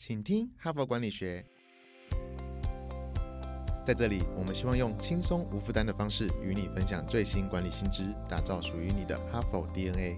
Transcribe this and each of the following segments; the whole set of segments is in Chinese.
请听哈佛管理学。在这里，我们希望用轻松无负担的方式与你分享最新管理新知，打造属于你的哈佛 DNA。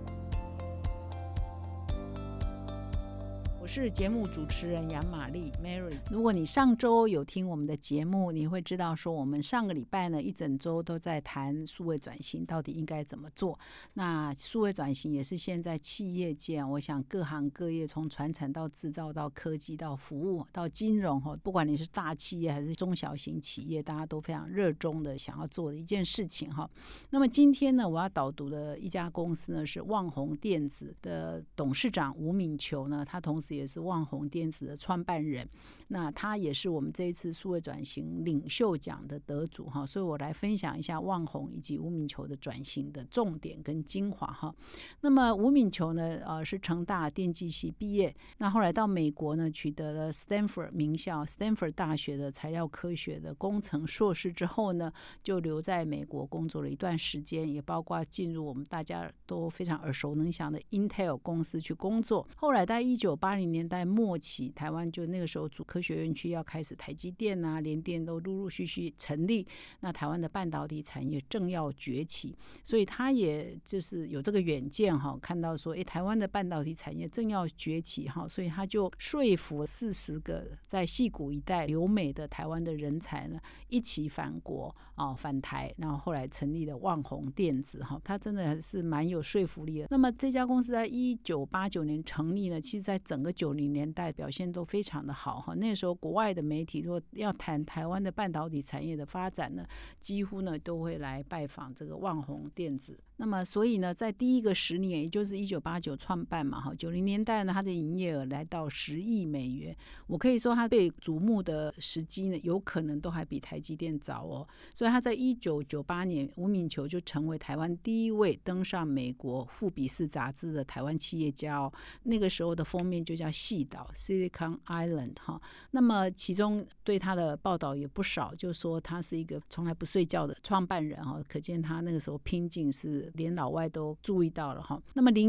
我是节目主持人杨玛丽 Mary。 如果你上周有听我们的节目，你会知道说我们上个礼拜呢一整周都在谈数位转型到底应该怎么做。那数位转型也是现在企业界，我想各行各业从传产到制造到科技到服务到金融，不管你是大企业还是中小型企业，大家都非常热衷的想要做的一件事情。那么今天呢，我要导读的一家公司呢是旺宏电子的董事长吴敏球呢，他同时也是旺宏电子的创办人，那他也是我们这一次数位转型领袖奖的得主，所以我来分享一下旺宏以及吴敏球的转型的重点跟精华。那么吴敏球呢，是成大电机系毕业，那后来到美国呢取得了 Stanford 名校 Stanford 大学的材料科学的工程硕士之后呢，就留在美国工作了一段时间，也包括进入我们大家都非常耳熟能详的 Intel 公司去工作。后来在1980年代末期，台湾就那个时候主科学园区要开始，台积电啊、联电都陆陆续续成立，那台湾的半导体产业正要崛起，所以他也就是有这个远见，看到说台湾的半导体产业正要崛起，所以他就说服40个在矽谷一带留美的台湾的人才呢，一起返国返台，然后后来成立了旺宏电子，他真的是蛮有说服力的。那么这家公司在1989年成立呢，其实在整个90年代表现都非常的好。那时候国外的媒体如果要谈台湾的半导体产业的发展呢，几乎呢都会来拜访这个旺宏电子。那么所以呢，在第一个10年，也就是1989创办嘛，90年代呢，它的营业额来到10亿美元。我可以说它被瞩目的时机呢，有可能都还比台积电早哦。所以他在1998年，吴敏球就成为台湾第一位登上美国富比士杂志的台湾企业家哦。那个时候的封面就叫矽岛 Silicon Island 那么其中对他的报道也不少，就说他是一个从来不睡觉的创办人，可见他那个时候拼劲是连老外都注意到了。那么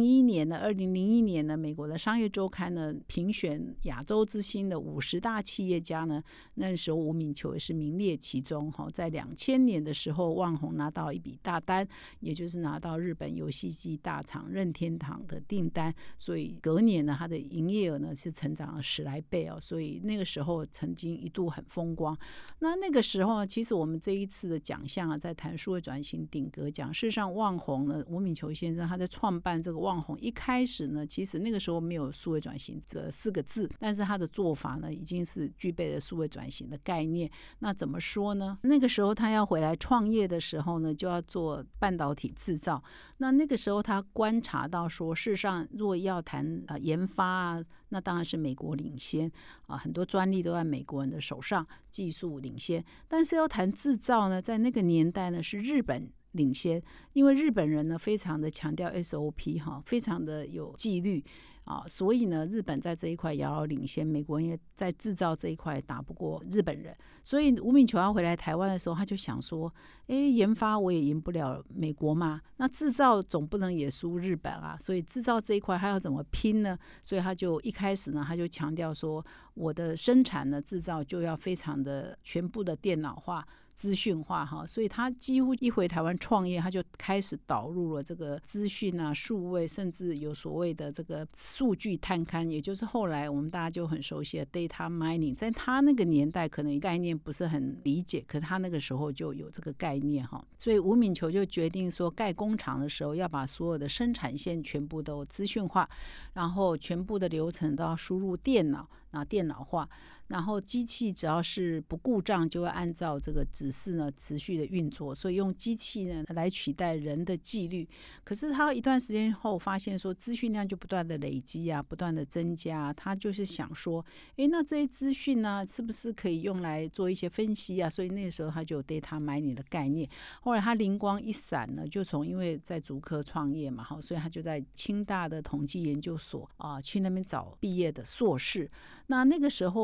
2001年呢，美国的商业周刊呢评选亚洲之星的50大企业家呢，那时候吴敏球也是名列其中。在2000年的时候，旺宏拿到一笔大单，也就是拿到日本游戏机大厂任天堂的订单，所以隔年呢，它的营业额呢是成长了10来倍，所以那个时候曾经一度很风光。那个时候呢，其实我们这一次的奖项在谈数位转型顶格奖，事实上旺宏呢，吴敏球先生他在创办这个旺宏一开始呢，其实那个时候没有数位转型这4个字，但是他的做法呢已经是具备了数位转型的概念。那怎么说呢？那个时候他要回来创业的时候呢，就要做半导体制造。那个时候他观察到说，事实上如果要谈研发啊，那当然是美国领先很多专利都在美国人的手上，技术领先。但是要谈制造呢，在那个年代呢是日本领先，因为日本人呢非常的强调 SOP 非常的有纪律所以呢日本在这一块遥遥领先，美国人也在制造这一块打不过日本人。所以吴敏球要回来台湾的时候，他就想说研发我也赢不了美国嘛，那制造总不能也输日本啊，所以制造这一块他要怎么拼呢？所以他就一开始呢，他就强调说，我的生产呢制造就要非常的全部的电脑化资讯化所以他几乎一回台湾创业，他就开始导入了这个资讯啊、数位，甚至有所谓的这个数据探勘，也就是后来我们大家就很熟悉的 data mining。 在他那个年代可能概念不是很理解，可他那个时候就有这个概念所以吴敏球就决定说，盖工厂的时候要把所有的生产线全部都资讯化，然后全部的流程都要输入电脑，然后电脑化，然后机器只要是不故障就会按照这个指示呢持续的运作，所以用机器呢来取代人的纪律。可是他一段时间后发现说，资讯量就不断的累积啊，不断的增加他就是想说那这些资讯呢是不是可以用来做一些分析啊？所以那个时候他就有 data mining 的概念。后来他灵光一闪呢，就从因为在竹科创业嘛所以他就在清大的统计研究所去那边找毕业的硕士。那个时候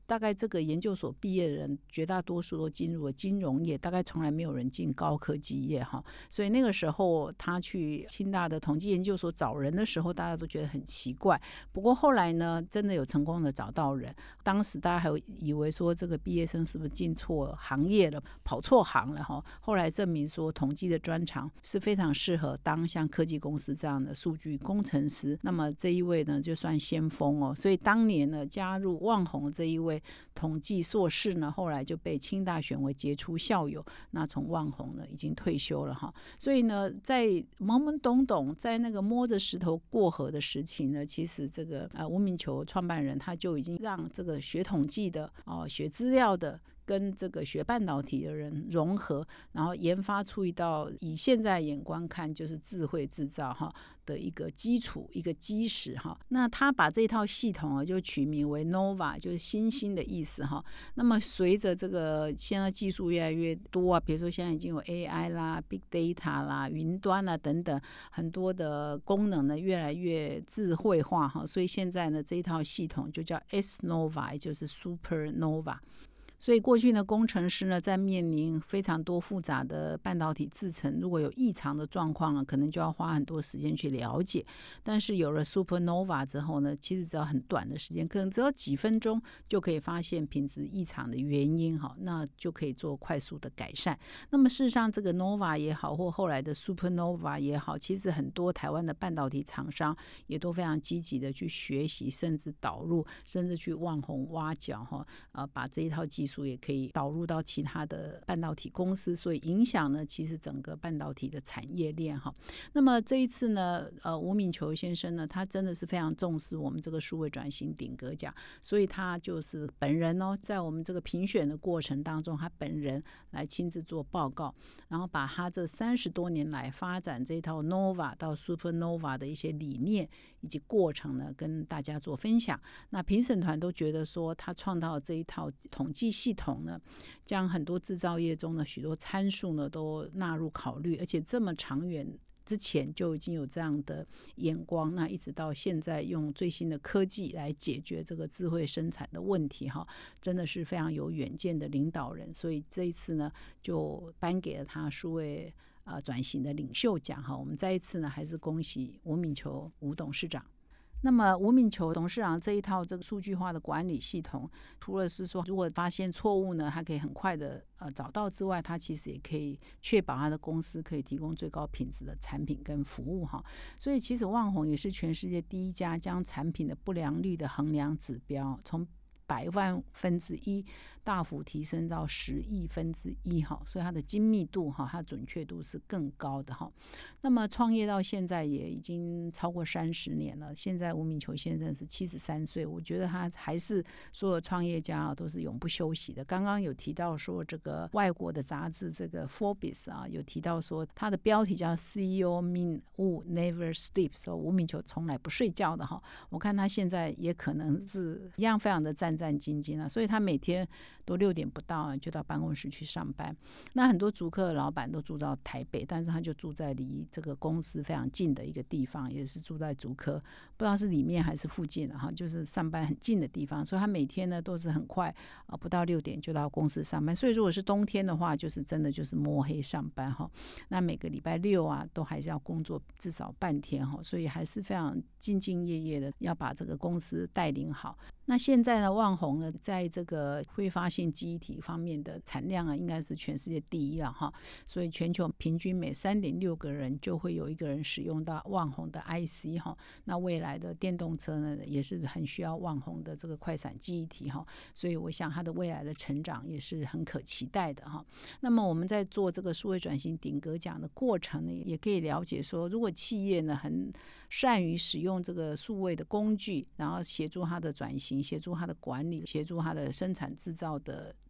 大概这个研究所毕业的人绝大多数都进入了金融业，大概从来没有人进高科技业哈。所以那个时候他去清大的统计研究所找人的时候，大家都觉得很奇怪。不过后来呢，真的有成功的找到人。当时大家还以为说这个毕业生是不是进错行业了，跑错行了哈。后来证明说，统计的专长是非常适合当像科技公司这样的数据工程师。那么这一位呢，就算先锋哦。所以当年呢，加入旺宏这一位统计硕士呢，后来就被清大选为杰出校友。那从旺宏呢，已经退休了哈。所以呢，在懵懵懂懂，在那个摸着石头过河的时期呢，其实这个吴敏球创办人他就已经让这个学统计的学资料的跟这个学半导体的人融合，然后研发出一道以现在眼光看就是智慧制造哈的一个基础，一个基石哈。那他把这套系统就取名为 Nova， 就是星星的意思哈。那么随着这个现在技术越来越多啊，比如说现在已经有 AI 啦、Big Data 啦、云端啦等等很多的功能呢越来越智慧化哈，所以现在呢这一套系统就叫 S Nova， 也就是 Supernova。所以过去呢，工程师呢在面临非常多复杂的半导体制程，如果有异常的状况呢，可能就要花很多时间去了解。但是有了 Supernova 之后呢，其实只要很短的时间，可能只要几分钟就可以发现品质异常的原因哈，那就可以做快速的改善。那么事实上，这个 Nova 也好，或后来的 Supernova 也好，其实很多台湾的半导体厂商也都非常积极的去学习，甚至导入，甚至去旺宏挖角哈，把这一套技术也可以导入到其他的半导体公司，所以影响呢，其实整个半导体的产业链哈。那么这一次呢，吴敏球先生呢，他真的是非常重视我们这个数位转型顶格奖，所以他就是本人在我们这个评选的过程当中，他本人来亲自做报告，然后把他这30多年来发展这套 Nova 到 Supernova 的一些理念以及过程呢，跟大家做分享。那评审团都觉得说，他创造这一套统计系统呢，将很多制造业中的许多参数呢都纳入考虑，而且这么长远之前就已经有这样的眼光，那一直到现在用最新的科技来解决这个智慧生产的问题哈，真的是非常有远见的领导人。所以这一次呢，就颁给了他数位转型的领袖奖哈。我们再一次呢，还是恭喜吴敏球吴董事长。那么吴敏球董事长这一套这个数据化的管理系统，除了是说如果发现错误呢，他可以很快的找到之外，他其实也可以确保他的公司可以提供最高品质的产品跟服务哈。所以其实旺宏也是全世界第一家将产品的不良率的衡量指标从100万分之一大幅提升到10亿分之一哈，所以它的精密度哈，它准确度是更高的哈。那么创业到现在也已经超过30年了，现在吴敏球先生是73岁，我觉得他还是所有创业家都是永不休息的。刚刚有提到说这个外国的杂志这个 Forbes 有提到说它的标题叫 CEO Min Woo Never Sleeps， 说吴敏球从来不睡觉的哈。我看他现在也可能是一样非常的战战兢兢所以他每天都6点不到就到办公室去上班。那很多竹科的老板都住到台北，但是他就住在离这个公司非常近的一个地方，也是住在竹科，不知道是里面还是附近哈，就是上班很近的地方，所以他每天呢都是很快不到6点就到公司上班。所以如果是冬天的话，就是真的就是摸黑上班哈。那每个礼拜6都还是要工作至少半天哈，所以还是非常兢兢业业的要把这个公司带领好。那现在呢，旺宏呢，在这个挥发性记忆体方面的产量应该是全世界第一了哈。所以全球平均每3.6个人就会有1个人使用到旺宏的 IC 哈。那未来的电动车呢，也是很需要旺宏的这个快闪记忆体哈。所以我想它的未来的成长也是很可期待的哈。那么我们在做这个数位转型顶格奖的过程呢，也可以了解说，如果企业呢很善于使用这个数位的工具，然后协助它的转型，协助它的管理，协助它的生产制造的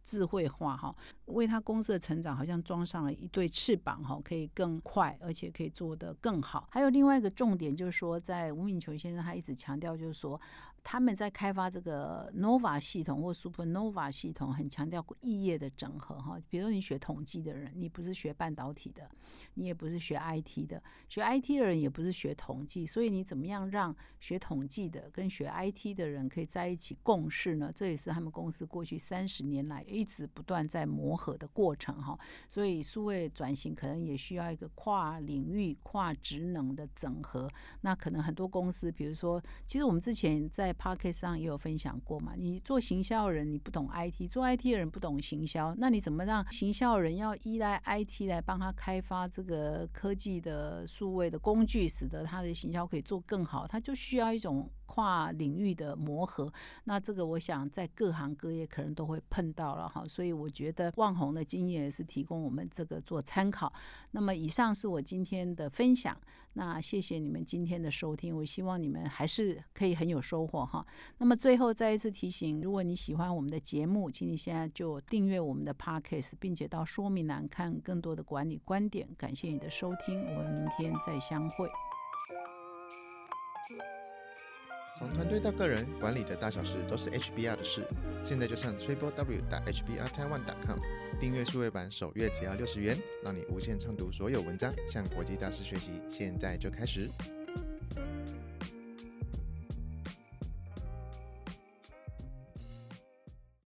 智慧化哈，为他公司的成长好像装上了一对翅膀哈，可以更快，而且可以做得更好。还有另外一个重点就是说，在吴敏球先生他一直强调就是说，他们在开发这个 Nova 系统或 Supernova 系统，很强调异业的整合哈。比如说你学统计的人，你不是学半导体的，你也不是学 IT 的，学 IT 的人也不是学统计，所以你怎么样让学统计的跟学 IT 的人可以在一起共事呢？这也是他们公司过去30年来一直不断在磨合的过程哈。所以数位转型可能也需要一个跨领域、跨职能的整合。那可能很多公司，比如说，其实我们之前在 Podcast 上也有分享过嘛，你做行销的人你不懂 IT， 做 IT 的人不懂行销，那你怎么让行销的人要依赖 IT 来帮他开发这个科技的数位的工具，使得他的行销可以做更好？他就需要一种跨领域的磨合。那这个我想在各行各业可能都会碰到了哈，所以我觉得旺宏的经验也是提供我们这个做参考。那么以上是我今天的分享，那谢谢你们今天的收听，我希望你们还是可以很有收获哈。那么最后再一次提醒，如果你喜欢我们的节目，请你现在就订阅我们的 Podcast， 并且到说明栏看更多的管理观点。感谢你的收听，我们明天再相会。 从团队到个人，管理的大小事都是 HBR 的事。现在就上 www.hbrtaiwan.com 订阅数位版，首月只要60元，让你无限畅读所有文章，向国际大师学习。现在就开始。